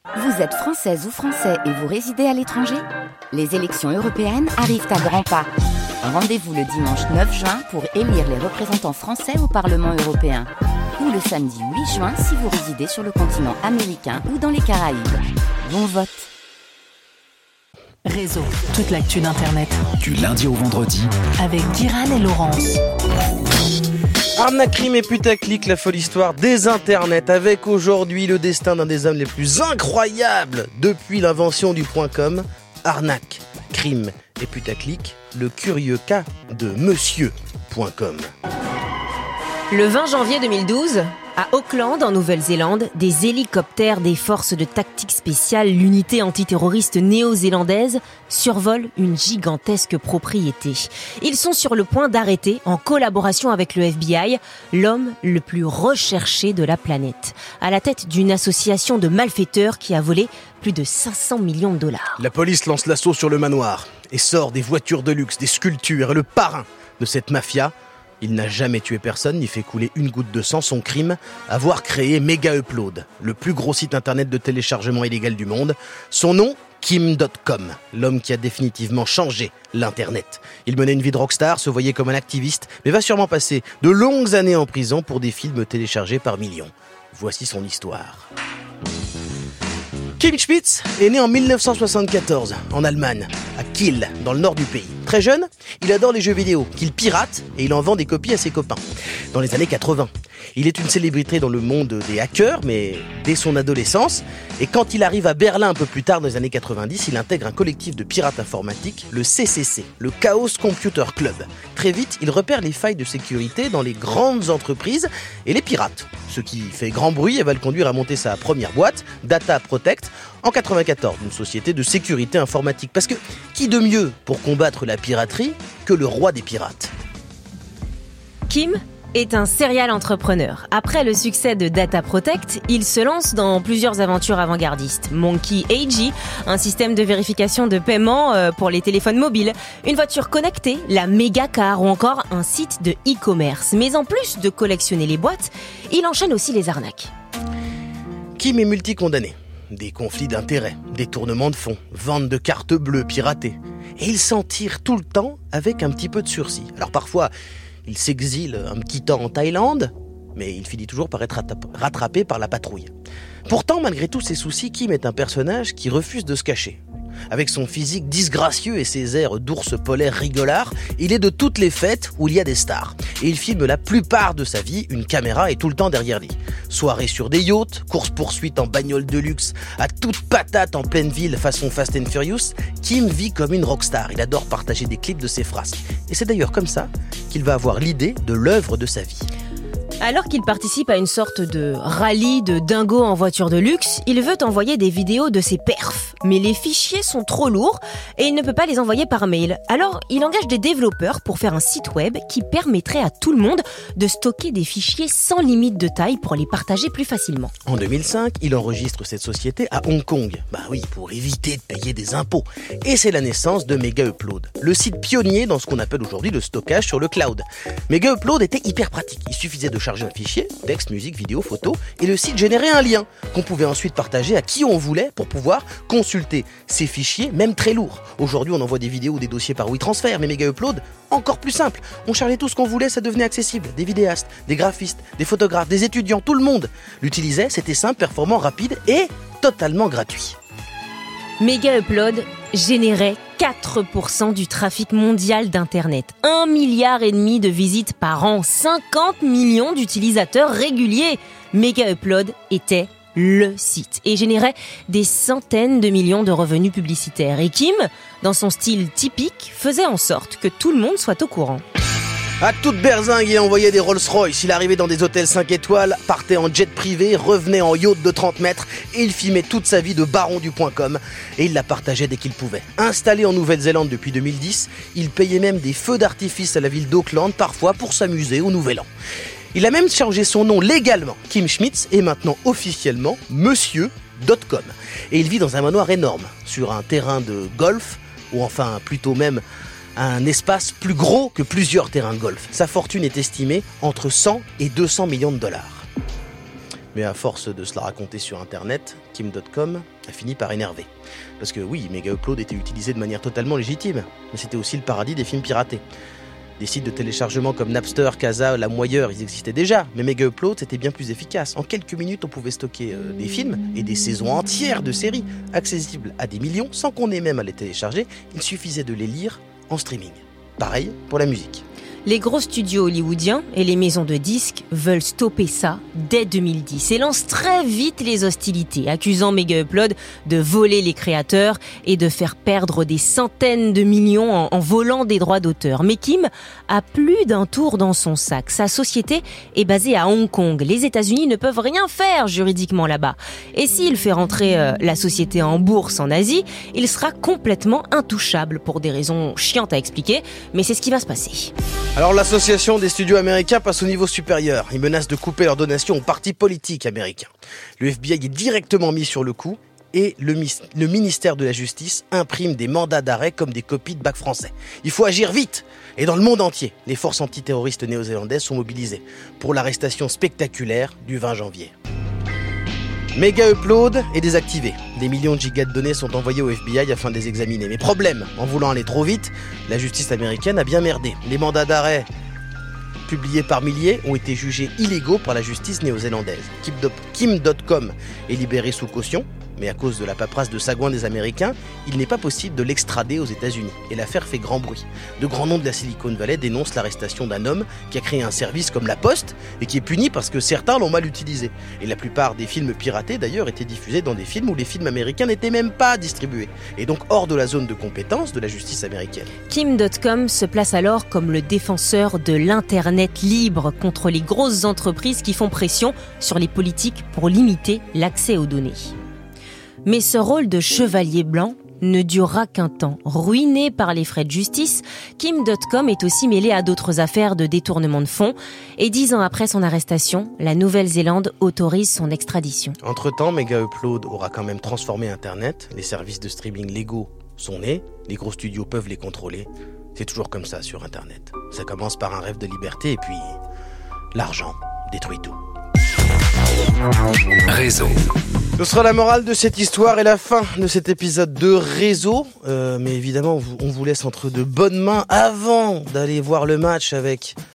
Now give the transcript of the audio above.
Vous êtes française ou français et vous résidez à l'étranger ? Les élections européennes arrivent à grands pas. Rendez-vous le dimanche 9 juin pour élire les représentants français au Parlement européen. Ou le samedi 8 juin si vous résidez sur le continent américain ou dans les Caraïbes. Bon vote. Réseau, toute l'actu d'Internet. Du lundi au vendredi. Avec Guiran et Laurence. Arnaque, crime et putaclic, la folle histoire des internets, avec aujourd'hui le destin d'un des hommes les plus incroyables depuis l'invention du .com. Arnaque, crime et putaclic, le curieux cas de Monsieur.com. Le 20 janvier 2012, à Auckland, en Nouvelle-Zélande, des hélicoptères des forces de tactique spéciale, l'unité antiterroriste néo-zélandaise, survolent une gigantesque propriété. Ils sont sur le point d'arrêter, en collaboration avec le FBI, l'homme le plus recherché de la planète, à la tête d'une association de malfaiteurs qui a volé plus de 500 millions de dollars. La police lance l'assaut sur le manoir et sort des voitures de luxe, des sculptures et le parrain de cette mafia. Il n'a jamais tué personne ni fait couler une goutte de sang. Son crime, avoir créé Mega Upload, le plus gros site internet de téléchargement illégal du monde. Son nom, Kim.com, l'homme qui a définitivement changé l'internet. Il menait une vie de rockstar, se voyait comme un activiste, mais va sûrement passer de longues années en prison pour des films téléchargés par millions. Voici son histoire. Kim Schmitz est né en 1974, en Allemagne, à Kiel, dans le nord du pays. Très jeune, il adore les jeux vidéo, qu'il pirate et il en vend des copies à ses copains. Dans les années 80, il est une célébrité dans le monde des hackers, mais dès son adolescence. Et quand il arrive à Berlin un peu plus tard, dans les années 90, il intègre un collectif de pirates informatiques, le CCC, le Chaos Computer Club. Très vite, il repère les failles de sécurité dans les grandes entreprises et les pirates. Ce qui fait grand bruit et va le conduire à monter sa première boîte, Data Protect, en 94, une société de sécurité informatique. Parce que qui de mieux pour combattre la piraterie que le roi des pirates ? Kim est un serial entrepreneur. Après le succès de Data Protect, il se lance dans plusieurs aventures avant-gardistes. Monkey AG, un système de vérification de paiement pour les téléphones mobiles, une voiture connectée, la Megacar ou encore un site de e-commerce. Mais en plus de collectionner les boîtes, il enchaîne aussi les arnaques. Kim est multicondamné. Des conflits d'intérêts, détournements de fonds, vente de cartes bleues piratées. Et il s'en tire tout le temps avec un petit peu de sursis. Alors parfois, il s'exile un petit temps en Thaïlande, mais il finit toujours par être rattrapé par la patrouille. Pourtant, malgré tous ses soucis, Kim est un personnage qui refuse de se cacher. Avec son physique disgracieux et ses airs d'ours polaire rigolard, il est de toutes les fêtes où il y a des stars. Et il filme la plupart de sa vie, une caméra est tout le temps derrière lui. Soirées sur des yachts, courses-poursuites en bagnole de luxe, à toute patate en pleine ville façon Fast and Furious, Kim vit comme une rockstar. Il adore partager des clips de ses frasques. Et c'est d'ailleurs comme ça qu'il va avoir l'idée de l'œuvre de sa vie. Alors qu'il participe à une sorte de rallye de dingos en voiture de luxe, il veut envoyer des vidéos de ses perfs. Mais les fichiers sont trop lourds et il ne peut pas les envoyer par mail. Alors il engage des développeurs pour faire un site web qui permettrait à tout le monde de stocker des fichiers sans limite de taille pour les partager plus facilement. En 2005, il enregistre cette société à Hong Kong. Bah oui, pour éviter de payer des impôts. Et c'est la naissance de Mega Upload, le site pionnier dans ce qu'on appelle aujourd'hui le stockage sur le cloud. Mega Upload était hyper pratique. Il suffisait de charger un fichier, texte, musique, vidéo, photo, et le site générait un lien qu'on pouvait ensuite partager à qui on voulait pour pouvoir consulter ces fichiers, même très lourds. Aujourd'hui, on envoie des vidéos ou des dossiers par WeTransfer, mais Mega Upload, encore plus simple. On chargeait tout ce qu'on voulait, ça devenait accessible. Des vidéastes, des graphistes, des photographes, des étudiants, tout le monde l'utilisait, c'était simple, performant, rapide et totalement gratuit. Mega Upload générait 4% du trafic mondial d'Internet. 1,5 milliard de visites par an, 50 millions d'utilisateurs réguliers. Mega Upload était le site et générait des centaines de millions de revenus publicitaires. Et Kim, dans son style typique, faisait en sorte que tout le monde soit au courant. À toute berzingue, il envoyait des Rolls-Royce, il arrivait dans des hôtels 5 étoiles, partait en jet privé, revenait en yacht de 30 mètres et il filmait toute sa vie de baron du .com et il la partageait dès qu'il pouvait. Installé en Nouvelle-Zélande depuis 2010, il payait même des feux d'artifice à la ville d'Auckland, parfois pour s'amuser au Nouvel An. Il a même changé son nom légalement. Kim Schmitz est maintenant officiellement Monsieur.com. Et il vit dans un manoir énorme, sur un terrain de golf, ou enfin plutôt même un espace plus gros que plusieurs terrains de golf. Sa fortune est estimée entre 100 et 200 millions de dollars. Mais à force de se la raconter sur internet, Kim.com a fini par énerver. Parce que oui, Mega Upload était utilisé de manière totalement légitime, mais c'était aussi le paradis des films piratés. Des sites de téléchargement comme Napster, Casa, LimeWire, ils existaient déjà, mais Mega Upload c'était bien plus efficace. En quelques minutes, on pouvait stocker des films et des saisons entières de séries, accessibles à des millions sans qu'on ait même à les télécharger. Il suffisait de les lire en streaming. Pareil pour la musique. Les gros studios hollywoodiens et les maisons de disques veulent stopper ça dès 2010 et lancent très vite les hostilités, accusant Mega Upload de voler les créateurs et de faire perdre des centaines de millions en volant des droits d'auteur. Mais Kim a plus d'un tour dans son sac. Sa société est basée à Hong Kong. Les États-Unis ne peuvent rien faire juridiquement là-bas. Et s'il fait rentrer la société en bourse en Asie, il sera complètement intouchable pour des raisons chiantes à expliquer, mais c'est ce qui va se passer. Alors l'association des studios américains passe au niveau supérieur. Ils menacent de couper leurs donations aux partis politiques américains. Le FBI est directement mis sur le coup et le ministère de la Justice imprime des mandats d'arrêt comme des copies de bac français. Il faut agir vite. Et dans le monde entier, les forces antiterroristes néo-zélandaises sont mobilisées pour l'arrestation spectaculaire du 20 janvier. Mega Upload est désactivé. Des millions de gigas de données sont envoyés au FBI afin de les examiner. Mais problème, en voulant aller trop vite, la justice américaine a bien merdé. Les mandats d'arrêt publiés par milliers ont été jugés illégaux par la justice néo-zélandaise. Kim.com est libéré sous caution, mais à cause de la paperasse de sagouin des Américains, il n'est pas possible de l'extrader aux États-Unis. Et l'affaire fait grand bruit. De grands noms de la Silicon Valley dénoncent l'arrestation d'un homme qui a créé un service comme La Poste et qui est puni parce que certains l'ont mal utilisé. Et la plupart des films piratés d'ailleurs étaient diffusés dans des films où les films américains n'étaient même pas distribués. Et donc hors de la zone de compétence de la justice américaine. Kim.com se place alors comme le défenseur de l'Internet libre contre les grosses entreprises qui font pression sur les politiques pour limiter l'accès aux données. Mais ce rôle de chevalier blanc ne durera qu'un temps. Ruiné par les frais de justice, Kim.com est aussi mêlé à d'autres affaires de détournement de fonds. Et 10 ans après son arrestation, la Nouvelle-Zélande autorise son extradition. Entre-temps, Mega Upload aura quand même transformé Internet. Les services de streaming légaux sont nés. Les gros studios peuvent les contrôler. C'est toujours comme ça sur Internet. Ça commence par un rêve de liberté et puis l'argent détruit tout. Réseau. Ce sera la morale de cette histoire et la fin de cet épisode de Réseau. Mais évidemment, on vous laisse entre de bonnes mains avant d'aller voir le match avec